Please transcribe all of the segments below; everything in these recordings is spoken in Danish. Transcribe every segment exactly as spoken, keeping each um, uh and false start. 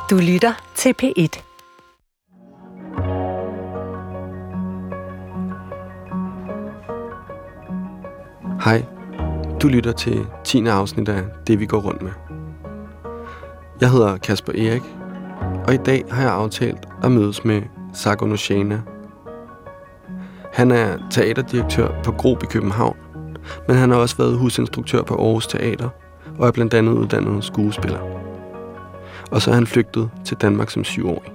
Du lytter til P et. Hej, du lytter til tiende afsnit af Det, vi går rundt med. Jeg hedder Kasper Erik, og i dag har jeg aftalt at mødes med Sago Nosiana. Han er teaterdirektør på Grob i København, men han har også været husinstruktør på Aarhus Teater og er blandt andet uddannet skuespiller. Og så er han flygtet til Danmark som syvårig.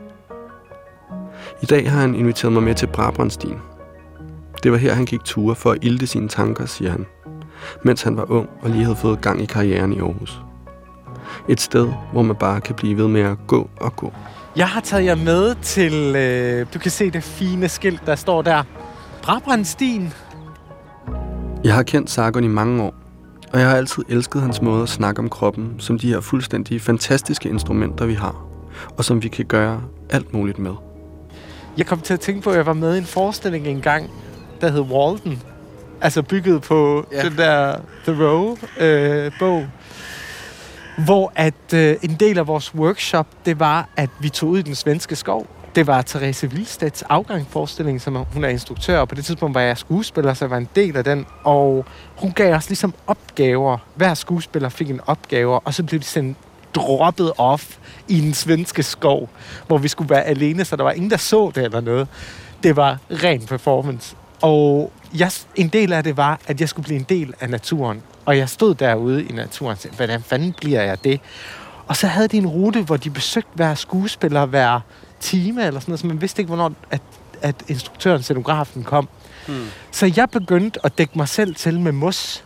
I dag har han inviteret mig med til Brabrandstien. Det var her, han gik ture for at ilde sine tanker, siger han, mens han var ung og lige havde fået gang i karrieren i Aarhus. Et sted, hvor man bare kan blive ved med at gå og gå. Jeg har taget jer med til, øh, du kan se det fine skilt, der står der. Brabrandstien. Jeg har kendt Sargon i mange år, og jeg har altid elsket hans måde at snakke om kroppen, som de her fuldstændig fantastiske instrumenter, vi har, og som vi kan gøre alt muligt med. Jeg kom til at tænke på, at jeg var med i en forestilling engang, der hed Walden. Altså bygget på ja. den der Thoreau-bog. Øh, hvor at øh, en del af vores workshop, det var, at vi tog ud i den svenske skov. Det var Therese Willstedts afgangsforestilling, som hun er instruktør, og på det tidspunkt var jeg skuespiller, så jeg var en del af den. Og hun gav os ligesom opgaver. Hver skuespiller fik en opgave, og så blev de sendt droppet off i den svenske skov, hvor vi skulle være alene, så der var ingen, der så det eller noget. Det var ren performance. Og jeg, en del af det var, at jeg skulle blive en del af naturen. Og jeg stod derude i naturen og sagde, hvordan fanden bliver jeg det? Og så havde de en rute, hvor de besøgte hver skuespiller hver time, eller sådan noget, så man vidste ikke, hvornår at, at instruktøren, scenografen kom. Hmm. Så jeg begyndte at dække mig selv til med mos.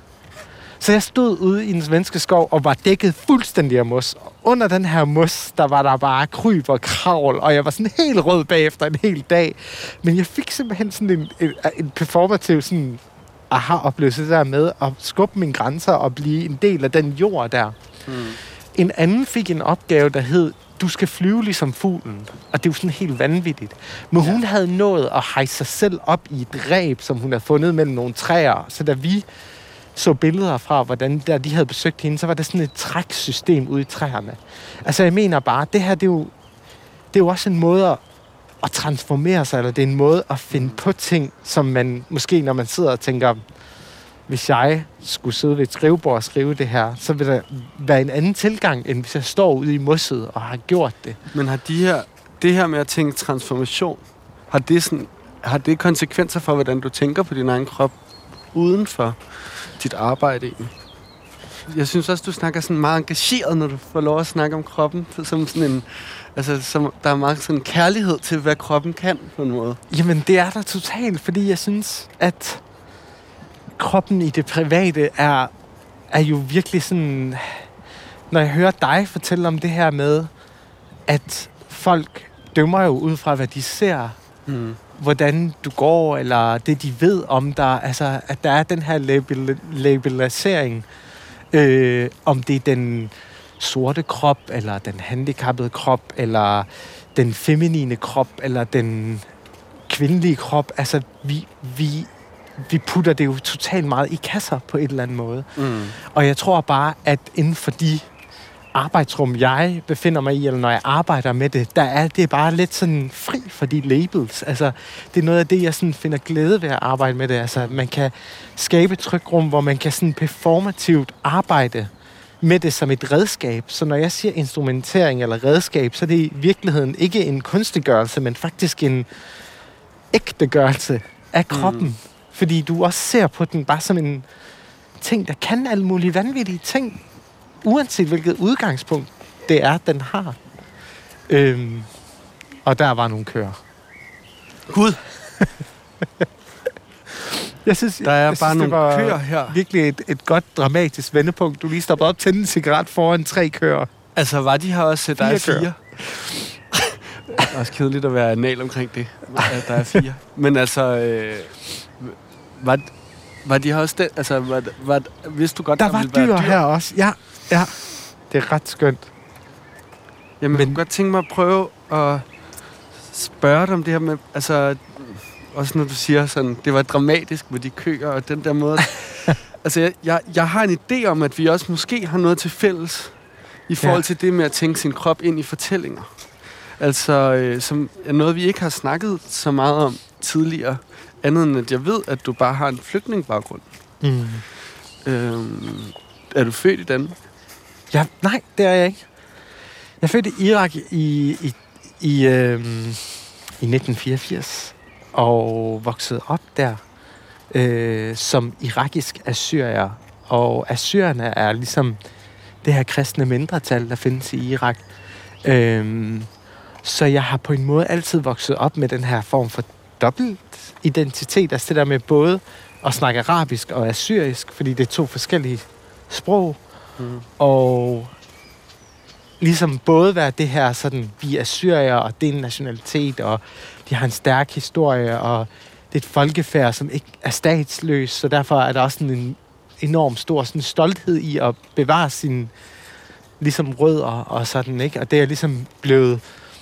Så jeg stod ude i den svenske skov og var dækket fuldstændig af mos. Under den her mos, der var der bare kryb og kravl, og jeg var sådan helt rød bagefter en hel dag. Men jeg fik simpelthen sådan en, en, en performativ sådan aha-oplevelse der med at skubbe mine grænser og blive en del af den jord der. Mm. En anden fik en opgave, der hed, du skal flyve ligesom fuglen. Og det er jo sådan helt vanvittigt. Men hun ja. havde nået at hejse sig selv op i et reb, som hun havde fundet mellem nogle træer. Så da vi så billeder fra, hvordan der de havde besøgt hende, så var der sådan et træksystem ude i træerne. Altså jeg mener bare, det her, det er jo, det er jo også en måde at, at transformere sig, eller det er en måde at finde på ting, som man måske, når man sidder og tænker, hvis jeg skulle sidde ved et skrivebord og skrive det her, så vil der være en anden tilgang, end hvis jeg står ude i mosset og har gjort det. Men har de her, det her med at tænke transformation, har det, sådan, har det konsekvenser for, hvordan du tænker på din egen krop uden for dit arbejde egentlig? Jeg synes også, du snakker sådan meget engageret, når du får lov at snakke om kroppen, som sådan en, altså som, der er meget sådan en kærlighed til, hvad kroppen kan på en måde. Jamen, det er der totalt, fordi jeg synes, at kroppen i det private er, er jo virkelig sådan, når jeg hører dig fortælle om det her med, at folk dømmer jo ud fra, hvad de ser, mm. hvordan du går, eller det, de ved om dig. Altså, at der er den her label- labelisering, øh, om det er den sorte krop, eller den handicappede krop, eller den feminine krop, eller den kvindelige krop. Altså, vi, vi, vi putter det jo totalt meget i kasser på et eller andet måde. Mm. Og jeg tror bare, at inden for de arbejdsrum, jeg befinder mig i, eller når jeg arbejder med det, der er det bare lidt sådan fri for de labels. Altså, det er noget af det, jeg sådan finder glæde ved at arbejde med det. Altså, man kan skabe et trykrum, hvor man kan sådan performativt arbejde med det som et redskab. Så når jeg siger instrumentering eller redskab, så er det i virkeligheden ikke en kunstgørelse, men faktisk en ægtegørelse af kroppen. Mm. Fordi du også ser på den bare som en ting, der kan alle mulige vanvittige ting, uanset hvilket udgangspunkt det er, den har. Øhm, og der var nogle køer. Gud! Jeg synes, der er jeg bare synes, nogle var køer her. Virkelig et, et godt dramatisk vendepunkt. Du lige stoppede op, tændte en cigaret foran tre køer. Altså, var de her også? Der fire er fire. Det er også kedeligt at være anal omkring det. At der er fire. Men altså, øh, var, var de her også den? Altså, var, var, vidste du godt, der, der var ville dyr være dyr her også. Ja, ja. Det er ret skønt. Jamen, Men, jeg kunne godt tænke mig at prøve at spørge dig om det her med, altså, også når du siger sådan, det var dramatisk med de køer og den der måde. Altså, jeg, jeg, jeg har en idé om, at vi også måske har noget til fælles I forhold Ja. til det med at tænke sin krop ind i fortællinger. Altså, øh, som er noget, vi ikke har snakket så meget om tidligere, andet end at jeg ved, at du bare har en flygtningbaggrund. Mm. Øhm, er du født i Danmark? Ja, nej, det er jeg ikke. Jeg er født i Irak i, i, i, øhm, i nitten fireogfirs og voksede op der øh, som irakisk assyrier. Og assyrerne er ligesom det her kristne mindretal, der findes i Irak. Øhm, så jeg har på en måde altid vokset op med den her form for dobbelt identitet. Altså det der med både at snakke arabisk og assyrisk, fordi det er to forskellige sprog. Mm. Og ligesom både være det her sådan, vi er syrier, og det er en nationalitet, og de har en stærk historie, og det er et folkefærd, som ikke er statsløs, så derfor er der også sådan en enorm stor sådan, stolthed i at bevare sine ligesom rødder og sådan, ikke? Og det er ligesom blevet,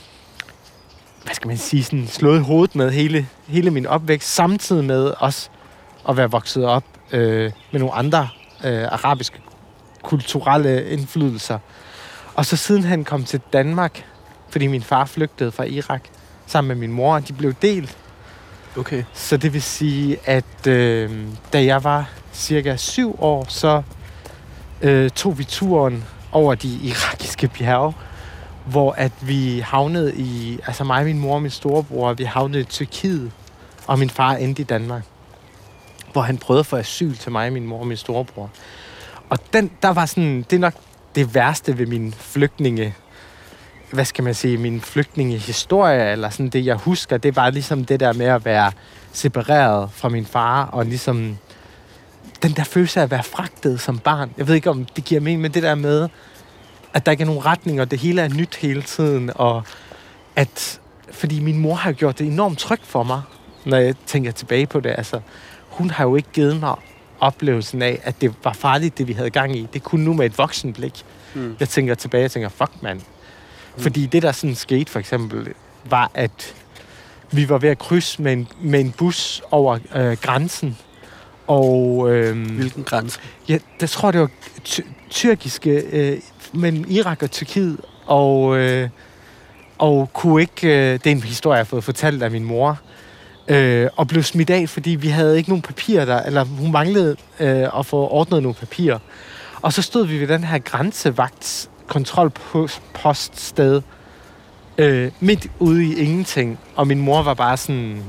hvad skal man sige, sådan slået i hovedet med hele, hele min opvækst, samtidig med også at være vokset op øh, med nogle andre øh, arabiske kulturelle indflydelser. Og så siden han kom til Danmark, fordi min far flygtede fra Irak sammen med min mor, og de blev delt. Okay. Så det vil sige, at øh, da jeg var cirka syv år, så øh, tog vi turen over de irakiske bjerge, hvor at vi havnede i, altså mig, min mor og min storebror, vi havnede i Tyrkiet, og min far endte i Danmark, hvor han prøvede at få asyl til mig, min mor og min storebror. Og den, der var sådan, det er nok det værste ved min flygtninge, hvad skal man sige, min flygtningehistorie, eller sådan det, jeg husker, det var ligesom det der med at være separeret fra min far, og ligesom den der følelse af at være fragtet som barn. Jeg ved ikke, om det giver mening, men det der med, at der ikke er nogen retning, og det hele er nyt hele tiden, og at, fordi min mor har gjort det enormt trygt for mig, når jeg tænker tilbage på det. Altså, hun har jo ikke givet mig oplevelsen af, at det var farligt, det vi havde gang i. Det kunne nu med et voksenblik. Mm. Jeg tænker tilbage og tænker, fuck mand. Mm. Fordi det, der sådan skete for eksempel, var, at vi var ved at krydse med en, med en bus over øh, grænsen. Og, øh, Hvilken grænse? Ja, det tror det var ty- tyrkiske øh, mellem Irak og Tyrkiet. Og, øh, og kunne ikke... Øh, det er en historie, jeg har fået fortalt af min mor. Øh, og blev smidt af, fordi vi havde ikke nogen papirer der, eller hun manglede øh, at få ordnet nogle papirer. Og så stod vi ved den her grænsevagts kontrolpoststed øh, midt ude i ingenting, og min mor var bare sådan,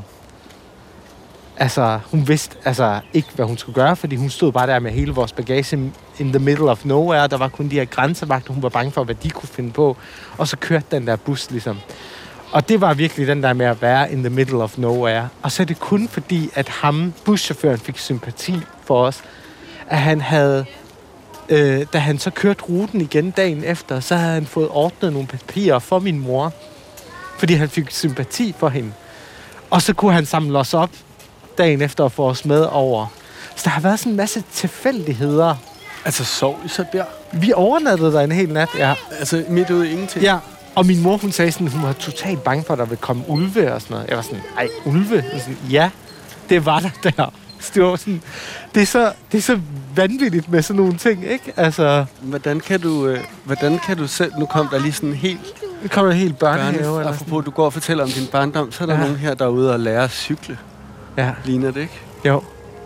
altså hun vidste altså ikke, hvad hun skulle gøre, fordi hun stod bare der med hele vores bagage in the middle of nowhere. Der var kun de her grænsevagter, hun var bange for, hvad de kunne finde på, og så kørte den der bus ligesom. Og det var virkelig den der med at være in the middle of nowhere. Og så er det kun fordi, at ham, buschaufføren, fik sympati for os, at han havde, øh, da han så kørte ruten igen dagen efter, så havde han fået ordnet nogle papirer for min mor, fordi han fik sympati for hende. Og så kunne han samle os op dagen efter og få os med over. Så der har været sådan en masse tilfældigheder. Altså, sov I så der? Vi overnattede der en hel nat, ja. Altså, midt ude i ingenting? Ja. Og min mor, hun sagde sådan, hun var totalt bange for, at der ville komme ulve og sådan noget. Jeg var sådan, ej, ulve? Jeg sådan, ja, det var der der. Så det var sådan, det er så, det er så vanvittigt med sådan nogle ting, ikke? Altså, Hvordan kan du, øh, hvordan kan du selv... Nu kom der lige sådan en helt... nu kommer der helt børnehave. børne- Eller Apropos, du går og fortæller om din barndom, så er der Ja. nogen her, der er ude og lære at cykle. Ja, Ligner det ikke? jo,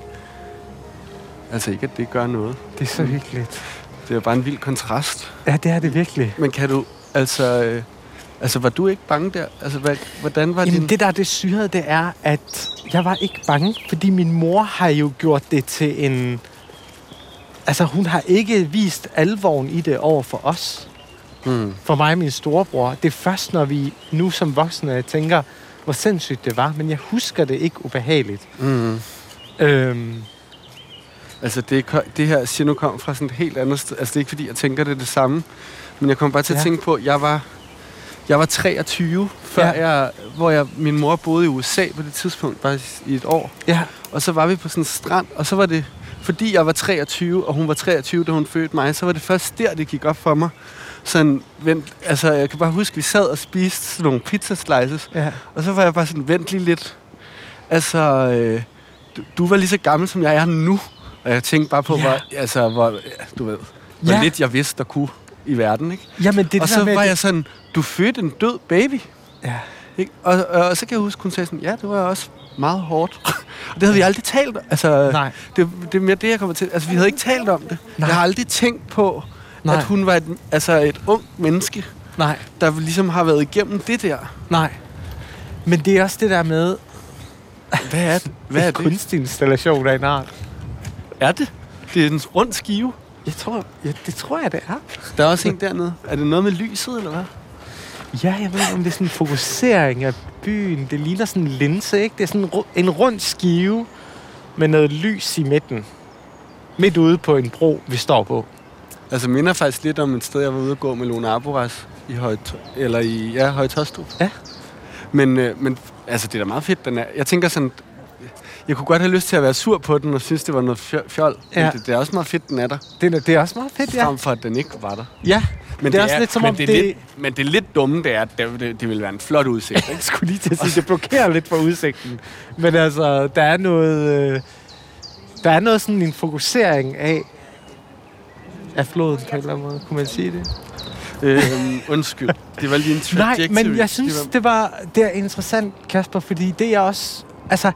Altså ikke, at det gør noget. det er så hyggeligt. Det er bare en vild kontrast. Ja, det er det virkelig. Men kan du... Altså... Øh, altså, var du ikke bange der? Altså, hvad, hvordan var Jamen, din... det der er det syrede, det er, at jeg var ikke bange, fordi min mor har jo gjort det til en... Altså, hun har ikke vist alvoren i det over for os. Hmm. For mig og min storebror. Det er først, når vi nu som voksne tænker, hvor sindssygt det var. Men jeg husker det ikke ubehageligt. Mm. Øhm, Altså, det, det her siger nu kom fra sådan et helt andet sted. Altså, det er ikke, fordi jeg tænker, det er det samme. Men jeg kom bare til at Ja. tænke på, at jeg var, jeg var treogtyve, før Ja. jeg, hvor jeg, min mor boede i U S A på det tidspunkt, bare i et år. ja, Og så var vi på sådan en strand, og så var det, fordi jeg var treogtyve, og hun var treogtyve, da hun fødte mig, så var det først der, det gik op for mig. Sådan, vent, altså, jeg kan bare huske, at vi sad og spiste sådan nogle pizza slices, ja. og så var jeg bare sådan, vent lige lidt. Altså, øh, du, du var lige så gammel, som jeg er nu. Og jeg tænkte bare på, Ja. hvor, altså, hvor, ja, du ved, hvor Ja. lidt jeg vidste, der kunne. i verden, ikke? Jamen, det og der så med var det... jeg sådan, du fødte en død baby. Ja. Ikke? Og, og, og så kan jeg huske, hun sagde sådan, ja, det var også meget hårdt. Og det havde vi aldrig talt om. Altså, Nej. Det, det er mere det, jeg kommer til. Altså, vi havde ikke talt om det. Nej. Jeg har aldrig tænkt på, Nej. at hun var et, altså et ungt menneske, Nej. der ligesom har været igennem det der. Nej. Men det er også det der med... Hvad er det? Hvad er det? Kunstinstallation af en art. Er det? Det er en rund skive. Jeg tror, ja, det tror jeg, det er. Der er også en dernede. Er det noget med lyset, eller hvad? Ja, jeg ved ikke, om det er sådan en fokusering af byen. Det ligner sådan en linse, ikke? Det er sådan en, ru- en rund skive med noget lys i midten. Midt ude på en bro, vi står på. Altså minder faktisk lidt om et sted, jeg var ude at gå med Lone Arboras i Høje, eller i ja, Høje Taastrup. Ja. Men, øh, men altså, det er da meget fedt, den er. Jeg tænker sådan, jeg kunne godt have lyst til at være sur på den, og synes, det var noget fjol. Ja. Men det, det er også meget fedt, den er der. Det er, det er også meget fedt, ja. Frem for, at den ikke var der. Ja, Men det er også lidt som men om det... Er det... Lidt, men det er lidt dumme, det er, at det, det, det ville være en flot udsigt. Ikke? Jeg skulle lige til at sige, det blokerer lidt for udsigten. Men altså, der er noget... Øh, der er noget sådan en fokusering af... af floden på en eller anden måde, kunne man sige det? øhm, undskyld. Det var lige en trajectory. Nej, men jeg synes, det var, det er interessant, Kasper, fordi det er også... Altså,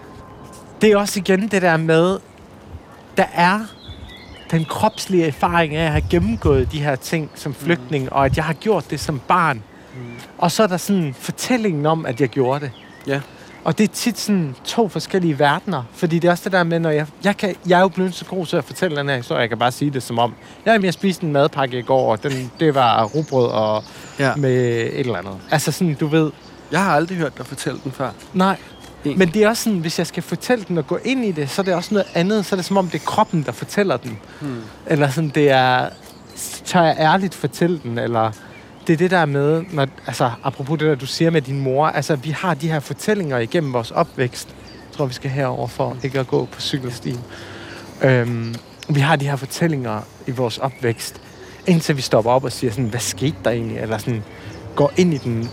det er også igen det der med, der er den kropslige erfaring af at have gennemgået de her ting som flygtning, mm. og at jeg har gjort det som barn. Mm. Og så er der sådan fortællingen om, at jeg gjorde det. Ja. Og det er tit sådan to forskellige verdener, fordi det er også det der med, når jeg... Jeg, kan, jeg er jo blevet så god til at fortælle den her historie, jeg kan bare sige det som om, jamen, jeg spiste en madpakke i går, og den, det var rugbrød og Ja. med et eller andet. Altså sådan, du ved... Jeg har aldrig hørt dig fortælle den før. Nej, En. men det er også sådan, hvis jeg skal fortælle den og gå ind i det, så er det også noget andet. Så er det som om, det er kroppen, der fortæller den. Hmm. Eller sådan, det er... Tør jeg ærligt fortælle den, eller... Det er det der med, når, altså apropos det der, du siger med din mor, altså vi har de her fortællinger igennem vores opvækst. Jeg tror, vi skal herover for ikke at gå på cykelstien. Øhm, vi har de her fortællinger i vores opvækst, indtil vi stopper op og siger sådan, hvad skete der egentlig? Eller sådan, går ind i den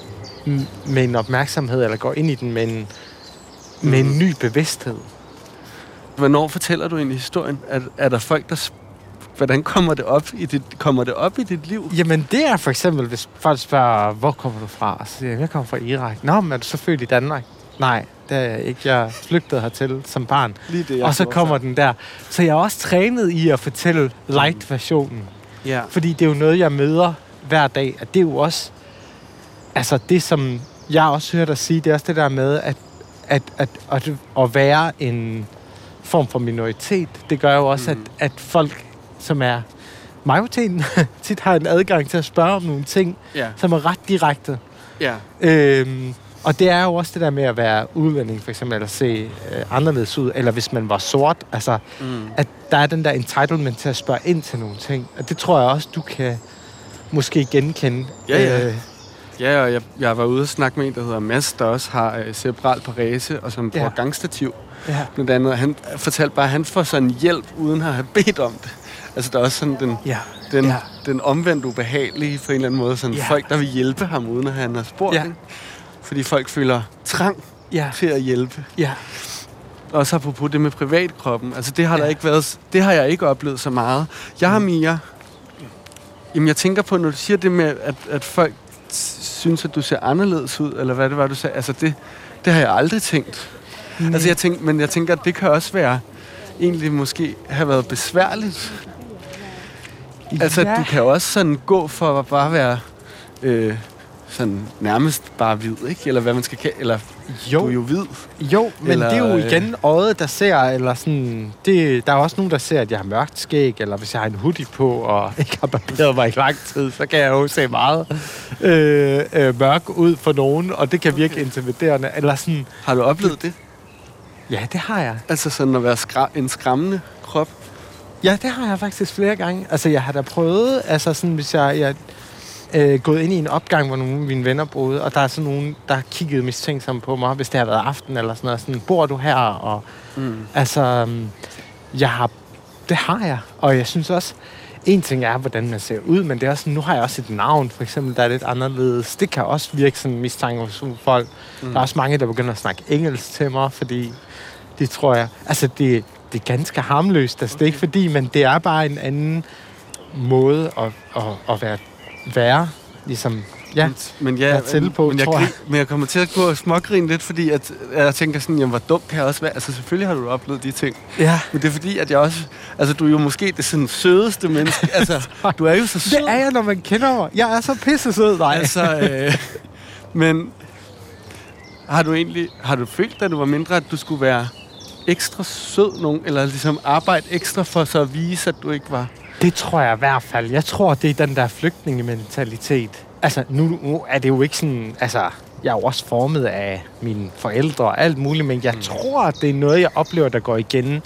med en opmærksomhed, eller går ind i den med en, med en ny bevidsthed. Hvornår fortæller du egentlig historien? Er, er der folk, der... Hvordan kommer det op i dit, kommer det op i dit liv? Jamen, det er for eksempel, hvis folk spørger, hvor kommer du fra? Og så siger jeg, jeg kommer fra Irak. Nå, men er du så født i Danmark? Nej, det er jeg ikke. Jeg flygtede hertil som barn. Lige det, og så kommer den der. Så jeg er også trænet i at fortælle light-versionen. Ja. Fordi det er jo noget, jeg møder hver dag. Og det er jo også... Altså, det som jeg også hører dig sige, det er også det der med, at, at, at, at, at være en form for minoritet. Det gør jo også, mm. at, at folk, som er majoriteten, tit har en adgang til at spørge om nogle ting, Ja. som er ret direkte. Ja. Øhm, og det er jo også det der med at være udlænding, for eksempel, eller se øh, anderledes ud, eller hvis man var sort, altså, Mm. at der er den der entitlement til at spørge ind til nogle ting. Og det tror jeg også, du kan måske genkende. Ja, ja. Øh, Ja, og jeg, jeg var ude og snakke med en, der hedder Mads, der også har øh, cerebral parese, og som bruger Ja. gangstativ. ja. Blandt andet, han fortalte bare, at han får sådan hjælp, uden at have bedt om det. Altså, der er også sådan den, Ja. den, Ja. den omvendt ubehagelige, på en eller anden måde. Sådan Ja. folk, der vil hjælpe ham, uden at han har spurgt. Ja. Ikke? Fordi folk føler trang Ja. til at hjælpe. Ja. Også apropos det med privatkroppen. Altså, det har, Ja. der ikke været, det har jeg ikke oplevet så meget. Jeg har mere... Jamen, jeg tænker på, når du siger det med, at, at folk synes, at du ser anderledes ud, eller hvad det var, du sagde. Altså, det, det har jeg aldrig tænkt. Mm. Altså, jeg tænk, men jeg tænker, at det kan også være egentlig måske have været besværligt. Altså, ja. du kan jo også sådan gå for at bare være øh, sådan nærmest bare hvid, ikke? Eller hvad man skal kalde, eller Jo. du er jo hvid. Jo, men Eller, det er jo øh, igen øjet, der ser, eller sådan... Det, der er også nogen, der ser, at jeg har mørkt skæg, eller hvis jeg har en hoodie på, og ikke har barberet mig i lang tid, så kan jeg jo se meget øh, øh, mørk ud for nogen, og det kan virke okay. intimiderende. Eller sådan... Har du oplevet det? Ja, det har jeg. Altså sådan at være skra- en skræmmende krop? Ja, det har jeg faktisk flere gange. Altså, jeg har da prøvet, altså sådan, hvis jeg... jeg øh, gået ind i en opgang, hvor nogle af mine venner boede, og der er sådan nogen, der har kigget mistænksomt på mig, hvis det har været aften eller sådan noget. Sådan, bor du her? Og, Mm. altså, jeg har... Det har jeg. Og jeg synes også, en ting er, hvordan man ser ud, men det er også, nu har jeg også et navn, for eksempel, der er lidt anderledes. Det kan også virke sådan mistanke hos folk. Mm. Der er også mange, der begynder at snakke engelsk til mig, fordi det tror jeg... Altså, det, det er ganske harmløst. Altså, okay. Det er ikke fordi, men det er bare en anden måde at, at, at være, være ligesom, ja, men, men ja, være til på, men jeg, tror jeg. jeg. Men jeg kommer til at gå og smågrine lidt, fordi at, at jeg tænker sådan, jamen, hvor dumt kan jeg også være? Altså, selvfølgelig har du oplevet de ting. Ja. Men det er fordi, at jeg også... Altså, du er jo måske det sådan sødeste menneske. Altså, du er jo så sød. Det er jeg, når man kender mig. Jeg er så pisse sød, nej. Altså, øh, men har du egentlig... Har du følt, da du var mindre, at du skulle være ekstra sød nogen, eller ligesom arbejde ekstra for så at vise, at du ikke var... Det tror jeg i hvert fald. Jeg tror, det er den der flygtningementalitet. Altså, nu, nu er det jo ikke sådan... Altså, jeg er jo også formet af mine forældre og alt muligt, men jeg mm. tror, at det er noget, jeg oplever, der går igen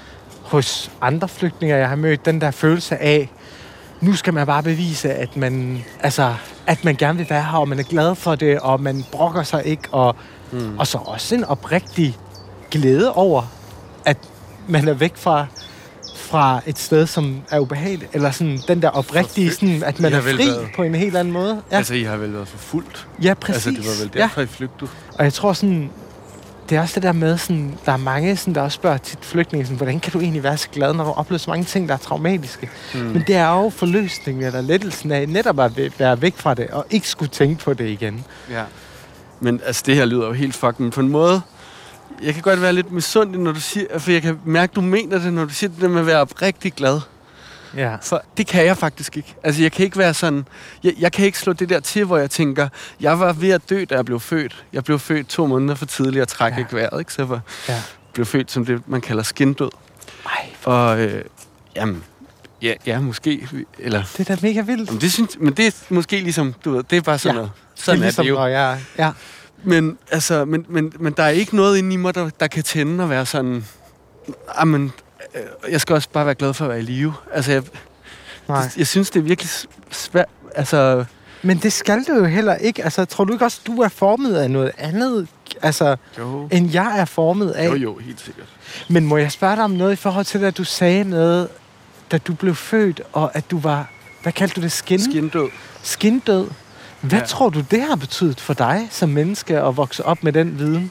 hos andre flygtninge, jeg har mødt. Den der følelse af, nu skal man bare bevise, at man, altså, at man gerne vil være her, og man er glad for det, og man brokker sig ikke, og, mm. og så også en oprigtig glæde over, at man er væk fra, fra et sted, som er ubehageligt, eller sådan den der oprigtige, sådan, at man er fri været... på en helt anden måde. Ja. Altså, I har vel været for fuldt? Ja, præcis. Altså, det var vel derfor, ja. I flygtede. Og jeg tror sådan, det er også det der med, sådan, der er mange, sådan, der også spørger tit flygtninge, sådan, hvordan kan du egentlig være så glad, når du oplever så mange ting, der er traumatiske? Mm. Men det er jo forløsningen, eller lettelsen af netop at være væk fra det, og ikke skulle tænke på det igen. Ja. Men altså, det her lyder jo helt fucking på en måde. Jeg kan godt være lidt misundelig, når du siger, for jeg kan mærke, du mener det, når du siger det der med at være rigtig glad. Ja. For det kan jeg faktisk ikke. Altså, jeg kan ikke være sådan... Jeg, jeg kan ikke slå det der til, hvor jeg tænker, jeg var ved at dø, da jeg blev født. Jeg blev født to måneder for tidligt og træk ja. ikke vejret, ikke? Så jeg var, ja. blev født som det, man kalder skindød. Ej. Og, øh, jamen... Ja, ja, måske. Eller, det er da mega vildt. Jamen, det synes, men det er måske ligesom, du ved, det er bare sådan ja. noget. Sådan det er, ligesom, er det jo. Og jeg, ja. Men, altså, men, men, men der er ikke noget inde i mig, der, der kan tænde og være sådan... Jamen, jeg skal også bare være glad for at være i live. Altså, jeg, jeg, jeg synes, det er virkelig svært. Altså... Men det skal du jo heller ikke. Altså, tror du ikke også, du er formet af noget andet, altså, end jeg er formet af? Jo, jo, helt sikkert. Men må jeg spørge dig om noget i forhold til, at du sagde noget, da du blev født, og at du var... Hvad kaldte du det? Skin? Skindød. Skindød. Hvad ja. tror du, det har betydet for dig som menneske at vokse op med den viden?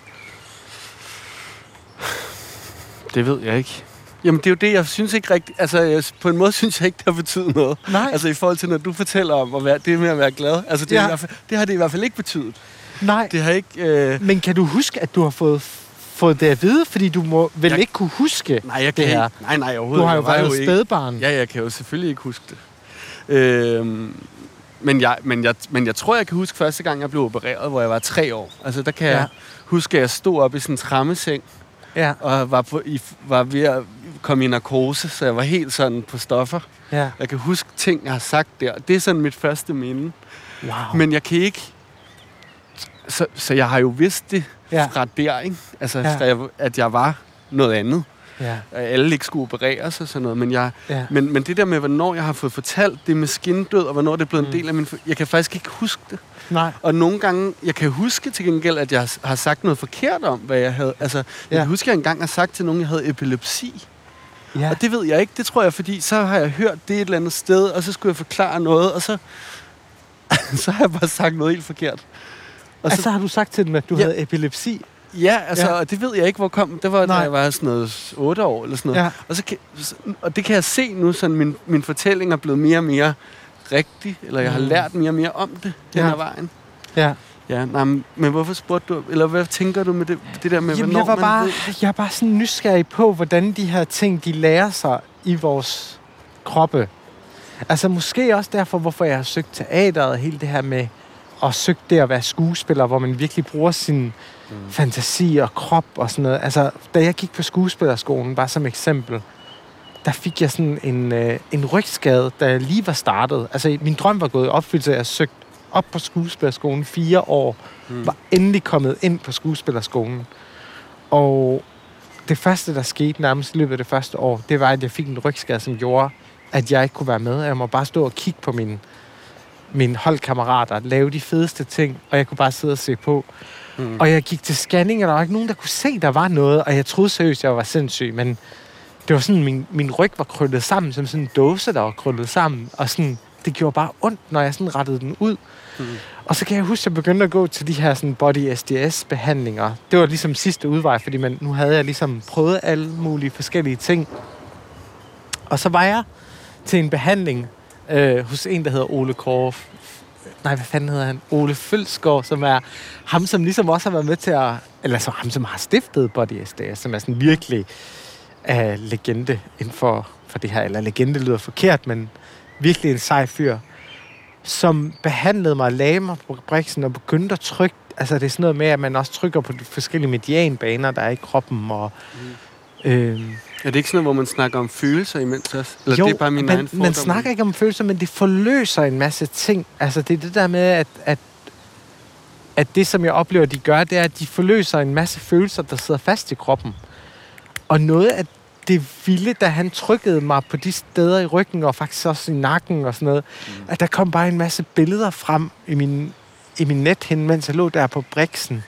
Det ved jeg ikke. Jamen, det er jo det, jeg synes ikke rigtigt... Altså, jeg, på en måde synes jeg ikke, det har betydet noget. Nej. Altså, i forhold til, når du fortæller om at være, det med at være glad. Altså, det, ja. i hvert fald, det har det i hvert fald ikke betydet. Nej. Det har ikke... Øh... Men kan du huske, at du har fået, fået det at vide? Fordi du må vel jeg... ikke kunne huske nej, jeg det kan her. Ikke. Nej, nej, overhovedet. Du har jo været jo spædbarn. Ja, jeg kan jo selvfølgelig ikke huske det. Øh... Men jeg, men, jeg, men jeg tror, jeg kan huske første gang, jeg blev opereret, hvor jeg var tre år. Altså, der kan ja. jeg huske, at jeg stod op i sådan en trammeseng, ja. og var, på, i, var ved at komme i narkose, så jeg var helt sådan på stoffer. Ja. Jeg kan huske ting, jeg har sagt der. Det er sådan mit første minde. Wow. Men jeg kan ikke... Så, så jeg har jo vidst det ja. fra der, ikke? Altså, ja. fra jeg, at jeg var noget andet. Ja. At alle ikke skulle opereres og sådan noget. Men, jeg, ja. men, men det der med, hvornår jeg har fået fortalt det med skindød, og hvornår det er blevet mm. en del af min... Jeg kan faktisk ikke huske det. Nej. Og nogle gange... Jeg kan huske til gengæld, at jeg har sagt noget forkert om, hvad jeg havde... Altså, jeg ja. kan huske, at jeg engang har sagt til nogen, at jeg havde epilepsi. Ja. Og det ved jeg ikke. Det tror jeg, fordi så har jeg hørt det et eller andet sted, og så skulle jeg forklare noget, og så... så har jeg bare sagt noget helt forkert. Og altså så har du sagt til dem, at du ja. havde epilepsi? Ja, altså, ja. og det ved jeg ikke, hvor kom. Det var, Nej. da jeg var sådan noget otte år eller sådan noget. Ja. Og, så kan, og det kan jeg se nu, sådan min, min fortælling er blevet mere og mere rigtig, eller jeg har lært mere og mere om det, den ja. her vejen. Ja. Ja, nej, men hvorfor spurgte du, eller hvad tænker du med det, det der med, Jamen, hvornår jeg var man bare, ved? Jeg er bare sådan nysgerrig på, hvordan de her ting, de lærer sig i vores kroppe. Altså måske også derfor, hvorfor jeg har søgt teateret, og hele det her med at søge det at være skuespiller, hvor man virkelig bruger sin mm. fantasi og krop og sådan noget. Altså, da jeg gik på skuespillerskolen, bare som eksempel, der fik jeg sådan en, øh, en rygskade, da jeg lige var startet. Altså, min drøm var gået i opfyldelse, at jeg søgte op på skuespillerskolen fire år, mm. var endelig kommet ind på skuespillerskolen. Og det første, der skete nærmest i løbet af det første år, det var, at jeg fik en rygskade, som gjorde, at jeg ikke kunne være med. Jeg må bare stå og kigge på mine, mine holdkammerater, lave de fedeste ting, og jeg kunne bare sidde og se på. Mm. Og jeg gik til scanning, og der var ikke nogen, der kunne se, der var noget, og jeg troede seriøst, jeg var sindssyg, men det var sådan, min, min ryg var krøllet sammen, som sådan en dåse, der var krøllet sammen, og sådan, det gjorde bare ondt, når jeg sådan rettede den ud. Mm. Og så kan jeg huske, at jeg begyndte at gå til de her sådan body S D S-behandlinger. Det var ligesom sidste udvej, fordi man, nu havde jeg ligesom prøvet alle mulige forskellige ting. Og så var jeg til en behandling, øh, hos en, der hedder Ole Kåre. Nej, hvad fanden hedder han? Ole Følsgaard, som er ham, som ligesom også har været med til at... Eller så ham, som har stiftet Body S D S, som er sådan virkelig uh, legende inden for, for det her. Eller legende lyder forkert, men virkelig en sej fyr, som behandlede mig og lagde mig på briksen og begyndte at trykke. Altså, det er sådan noget med, at man også trykker på de forskellige medianbaner, der er i kroppen. Og, mm. øh, er det ikke sådan noget, hvor man snakker om følelser imens også? Eller jo, det er bare min man, egen fordom? man snakker ikke om følelser, men det forløser en masse ting. Altså, det er det der med, at, at, at det, som jeg oplever, de gør, det er, at de forløser en masse følelser, der sidder fast i kroppen. Og noget af det vilde, da han trykkede mig på de steder i ryggen, og faktisk også i nakken og sådan noget, mm. at der kom bare en masse billeder frem i min, i min nethinde, mens jeg lå der på briksen,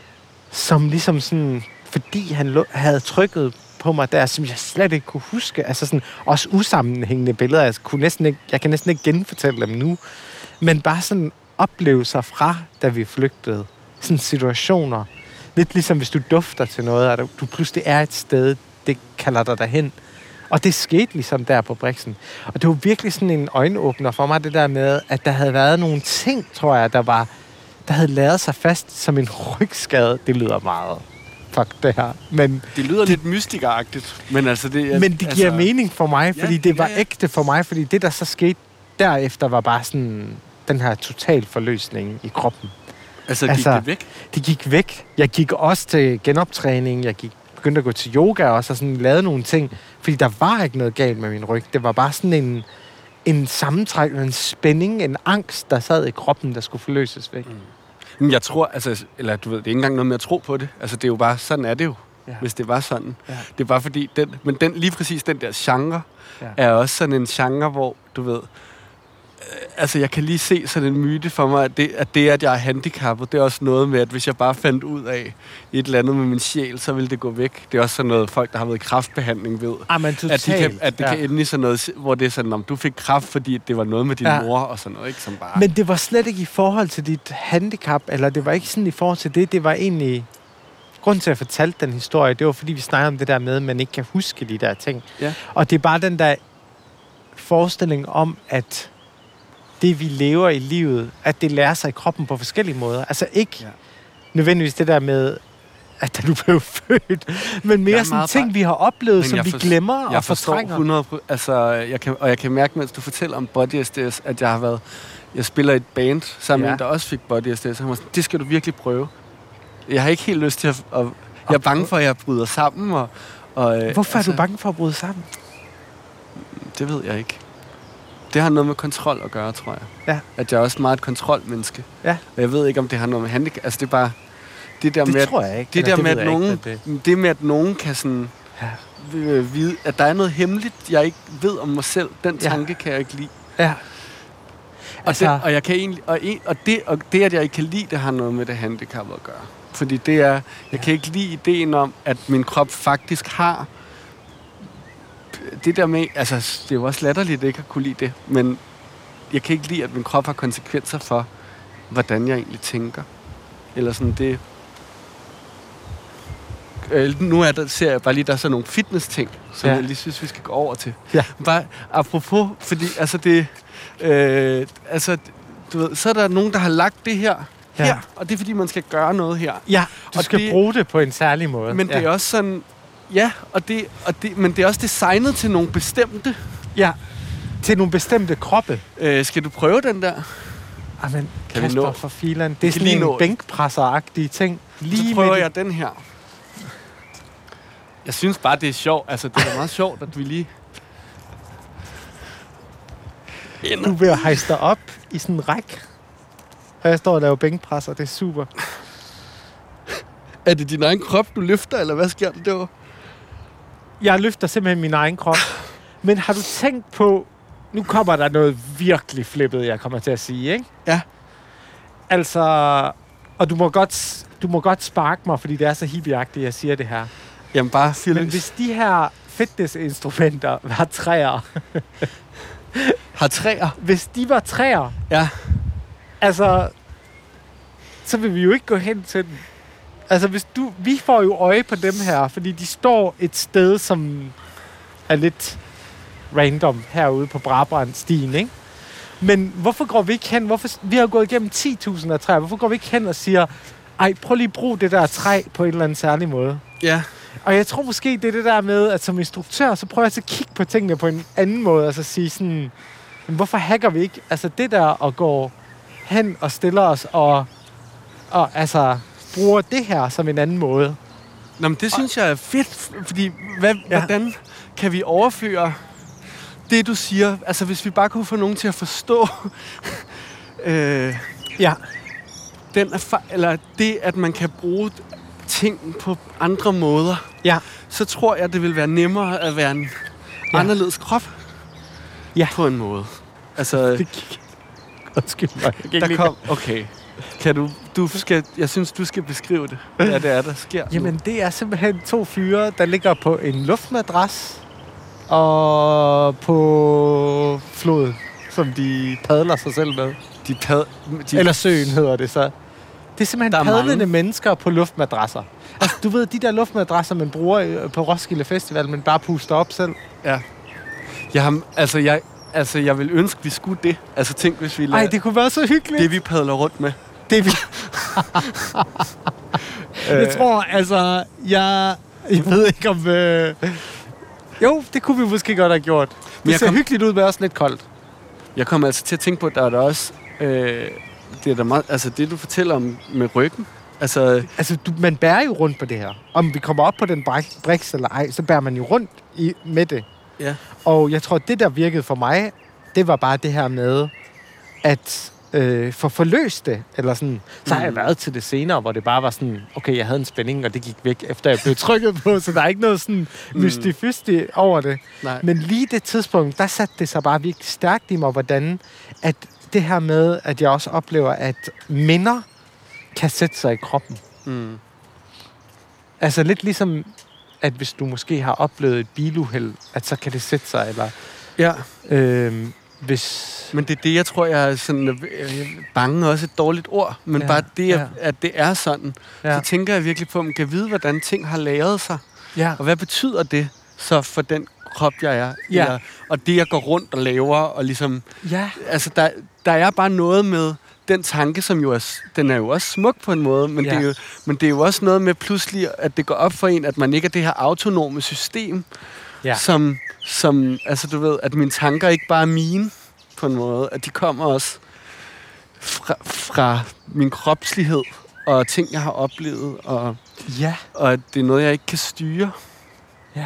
som ligesom sådan, fordi han lå, havde trykket på mig der, som jeg slet ikke kunne huske. Altså sådan, også usammenhængende billeder. Jeg, kunne næsten ikke, jeg kan næsten ikke genfortælle dem nu. Men bare sådan oplevelser fra, da vi flygtede. Sådan situationer. Lidt ligesom hvis du dufter til noget, og du pludselig er et sted, det kalder dig derhen. Og det skete ligesom der på briksen. Og det var virkelig sådan en øjenåbner for mig, det der med, at der havde været nogle ting, tror jeg, der var, der havde lavet sig fast som en rygskade. Det lyder meget fuck det her. Men det lyder det, lidt mystikeragtigt, men altså det... Men det giver altså, mening for mig, fordi ja, det var ja, ja. ægte for mig, fordi det, der så skete derefter, var bare sådan den her total forløsning i kroppen. Altså, gik altså, det væk? Det gik væk. Jeg gik også til genoptræning, jeg gik, begyndte at gå til yoga også, og sådan lavede nogle ting, fordi der var ikke noget galt med min ryg. Det var bare sådan en, en sammentrækning, en spænding, en angst, der sad i kroppen, der skulle forløses væk. Mm. Men jeg tror, altså, eller du ved, det er ikke engang noget med at tro på det. Altså, det er jo bare, sådan er det jo, ja. Hvis det var sådan. Ja. Det er bare fordi, den, men den, lige præcis den der genre, ja. Er også sådan en genre, hvor, du ved, altså, jeg kan lige se sådan en myte for mig, at det, at det, at jeg er handicappet, det er også noget med, at hvis jeg bare fandt ud af et eller andet med min sjæl, så ville det gå væk. Det er også sådan noget, folk, der har været i kræftbehandling, ved. Ah, men totalt. At, de kan, at det ja. Kan ende i sådan noget, hvor det er sådan, om du fik kræft, fordi det var noget med din ja. Mor og sådan noget, ikke? Som bare... Men det var slet ikke i forhold til dit handicap, eller det var ikke sådan i forhold til det, det var egentlig... Grunden til, at jeg fortalte den historie, det var, fordi vi snakker om det der med, at man ikke kan huske de der ting. Ja. Og det er bare den der forestilling om, at det, vi lever i livet, at det lærer sig i kroppen på forskellige måder. Altså ikke ja. Nødvendigvis det der med, at da du blev født, men mere sådan ting, bare... vi har oplevet, som vi glemmer og jeg fortrænger. hundrede procent, altså, jeg kan, og jeg kan mærke, mens du fortæller om Body S D S, at jeg har været... Jeg spiller i et band sammen med ja. En, der også fik Body S D S. Han var sådan, det skal du virkelig prøve. Jeg har ikke helt lyst til at... at jeg er bange for, at jeg bryder sammen. Og, og, Hvorfor altså, er du bange for at bryde sammen? Det ved jeg ikke. Det har noget med kontrol at gøre, tror jeg. Ja. At jeg er også meget et kontrolmenneske. Ja. Og jeg ved ikke, om det har noget med handicap. Altså, det er bare... Det, der det med, tror jeg ikke. Det der det med, at nogen, ikke, det. det med, at nogen kan sådan... Ja. Vide, at der er noget hemmeligt, jeg ikke ved om mig selv. Den tanke ja. kan jeg ikke lide. Ja. Og, altså, det, og jeg kan egentlig... Og, en, og, det, og det, at jeg ikke kan lide, det har noget med det handicap at gøre. Fordi det er... Jeg ja. Kan ikke lide ideen om, at min krop faktisk har... Det der med... Altså, det er jo også latterligt, ikke at kunne lide det. Men jeg kan ikke lide, at min krop har konsekvenser for, hvordan jeg egentlig tænker. Eller sådan det... Øh, nu er der, ser jeg bare lige, der er sådan nogle fitness-ting, som ja. Jeg lige synes, vi skal gå over til. Ja. Bare apropos, fordi altså det... Øh, altså, du ved, så er der nogen, der har lagt det her, ja. Her, og det er, fordi man skal gøre noget her. Ja, du og skal det, bruge det på en særlig måde. Men ja. det er også sådan... Ja, og det, og det, men det er også designet til nogle bestemte... Ja, til nogle bestemte kroppe. Øh, skal du prøve den der? Ah, men kan Kasper vi nå? For filan. Det er sådan en bænkpresser-agtige ting. Lige så prøver jeg den her. Jeg synes bare, det er sjovt. Altså, det er meget sjovt, at vi lige... Ender. Du er ved at hejse dig op i sådan en ræk. Og jeg står og laver bænkpresser. Det er super. Er det din egen krop, du løfter, eller hvad sker der derovre? Jeg løfter simpelthen min egen krop. Men har du tænkt på... Nu kommer der noget virkelig flippet, jeg kommer til at sige, ikke? Ja. Altså... Og du må godt, du må godt sparke mig, fordi det er så hippieagtigt, jeg siger det her. Jamen bare fyr Men hvis de her fitnessinstrumenter var træer... har træer? Hvis de var træer... Ja. Altså... Så vil vi jo ikke gå hen til den. Altså, hvis du... Vi får jo øje på dem her, fordi de står et sted, som er lidt random herude på Brabrandstien, ikke? Men hvorfor går vi ikke hen? Hvorfor, vi har gået igennem ti tusind af træer. Hvorfor går vi ikke hen og siger, ej, prøv lige at bruge det der træ på en eller anden særlig måde? Ja. Og jeg tror måske, det er det der med, at som instruktør, så prøver jeg at kigge på tingene på en anden måde. Altså sige sådan, hvorfor hacker vi ikke? Altså det der og går hen og stiller os og, og altså bruger det her som en anden måde. Nå, men det synes jeg er fedt, fordi hvad, ja. hvordan kan vi overføre det, du siger? Altså, hvis vi bare kunne få nogen til at forstå øh, ja. den erfar- eller det, at man kan bruge ting på andre måder, ja. så tror jeg, det vil være nemmere at være en ja. anderledes krop ja. på en måde. Altså, undskyld mig. Der kom, okay. Kan du, du skal, jeg synes, du skal beskrive det. Hvad det er, der sker. Jamen, det er simpelthen to fyre, der ligger på en luftmadras og på floden, som de padler sig selv med. De pad, de... Eller søen hedder det så. Det er simpelthen padlende mange. mennesker på luftmadrasser. Altså, du ved, de der luftmadrasser, man bruger på Roskilde Festival, men bare puster op selv. Ja. Jeg har, altså, jeg, altså, jeg vil ønske, vi skulle det. Altså, tænk, hvis vi lader... Ej, det kunne være så hyggeligt. Det, vi padler rundt med. Det, vi... jeg tror, altså, jeg... Jeg ved ikke, om... Øh... Jo, det kunne vi måske godt have gjort. Det ser kom... hyggeligt ud, men også lidt koldt. Jeg kommer altså til at tænke på, at der er der også... Øh... Det er der meget... Altså, det, du fortæller om med ryggen... Altså, altså du, man bærer jo rundt på det her. Om vi kommer op på den briks eller ej, så bærer man jo rundt i, med det. Ja. Og jeg tror, det der virkede for mig, det var bare det her med, at øh, for forløst det, eller sådan, så har jeg været til det senere, hvor det bare var sådan, okay, jeg havde en spænding, og det gik væk, efter jeg blev trykket på, så der er ikke noget sådan mystifystig over det. Nej. Men lige det tidspunkt, der satte det sig bare virkelig stærkt i mig, hvordan at det her med, at jeg også oplever, at minder kan sætte sig i kroppen. Mm. Altså lidt ligesom, at hvis du måske har oplevet et biluheld, at så kan det sætte sig, eller... Ja. Øhm, hvis... Men det er det, jeg tror, jeg er sådan... Jeg er bange også et dårligt ord, men ja, bare det, ja. at det er sådan. Ja. Så tænker jeg virkelig på, at man kan vide, hvordan ting har lavet sig. Ja. Og hvad betyder det så for den krop, jeg er? Ja. Eller, og det, jeg går rundt og laver, og ligesom... Ja. Altså, der, der er bare noget med... Den tanke, som jo er, den er jo også smuk på en måde, men, ja. det er jo, men det er jo også noget med pludselig, at det går op for en, at man ikke er det her autonome system, ja. som, som, altså du ved, at mine tanker ikke bare er mine, på en måde, at de kommer også fra, fra min kropslighed, og ting, jeg har oplevet, og, ja. og at det er noget, jeg ikke kan styre. Ja.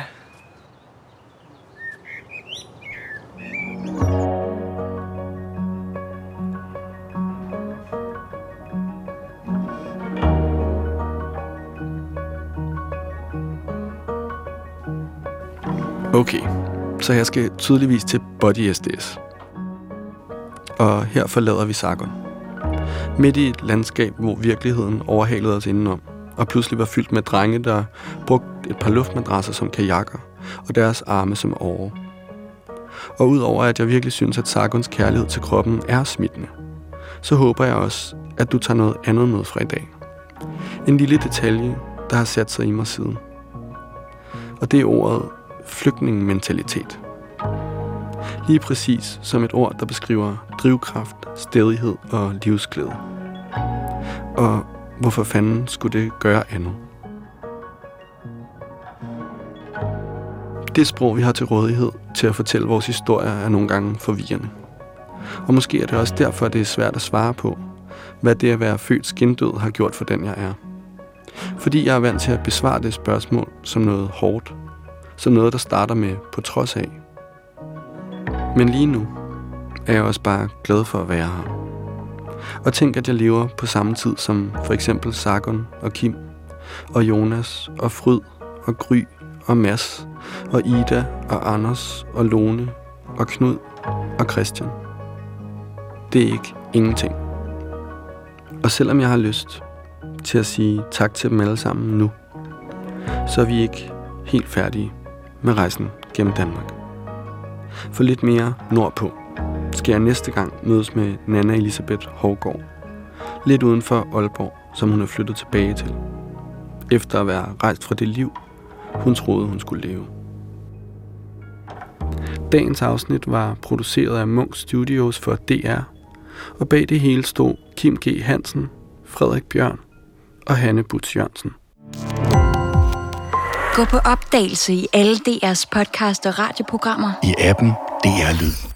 Okay, så jeg skal tydeligvis til Body S D S. Og her forlader vi Sargon. Midt i et landskab, hvor virkeligheden overhalede os indenom, og pludselig var fyldt med drenge, der brugte et par luftmadrasser som kajakker, og deres arme som åre. Og udover at jeg virkelig synes, at Sargons kærlighed til kroppen er smittende, så håber jeg også, at du tager noget andet med fra i dag. En lille detalje, der har sat sig i mig siden. Og det er ordet flygtningementalitet. Lige præcis som et ord, der beskriver drivkraft, stædighed og livsglæde. Og hvorfor fanden skulle det gøre andet? Det sprog, vi har til rådighed til at fortælle vores historier, er nogle gange forvirrende. Og måske er det også derfor, det er svært at svare på, hvad det at være født skindød har gjort for den, jeg er. Fordi jeg er vant til at besvare det spørgsmål som noget hårdt, som noget, der starter med på trods af. Men lige nu er jeg også bare glad for at være her. Og tænk, at jeg lever på samme tid som for eksempel Sargon og Kim, og Jonas og Fryd og Gry og Mads og Ida og Anders og Lone og Knud og Christian. Det er ikke ingenting. Og selvom jeg har lyst til at sige tak til dem alle sammen nu, så er vi ikke helt færdige med rejsen gennem Danmark. For lidt mere nordpå skal jeg næste gang mødes med Nanna Elisabeth Hovgaard, lidt uden for Aalborg, som hun er flyttet tilbage til, efter at være rejst fra det liv, hun troede, hun skulle leve. Dagens afsnit var produceret af Munch Studios for D R, og bag det hele stod Kim G. Hansen, Frederik Bjørn og Hanne Butz Jørgensen. Gå på opdagelse i alle D R's podcast og radioprogrammer. I appen D R Lyd.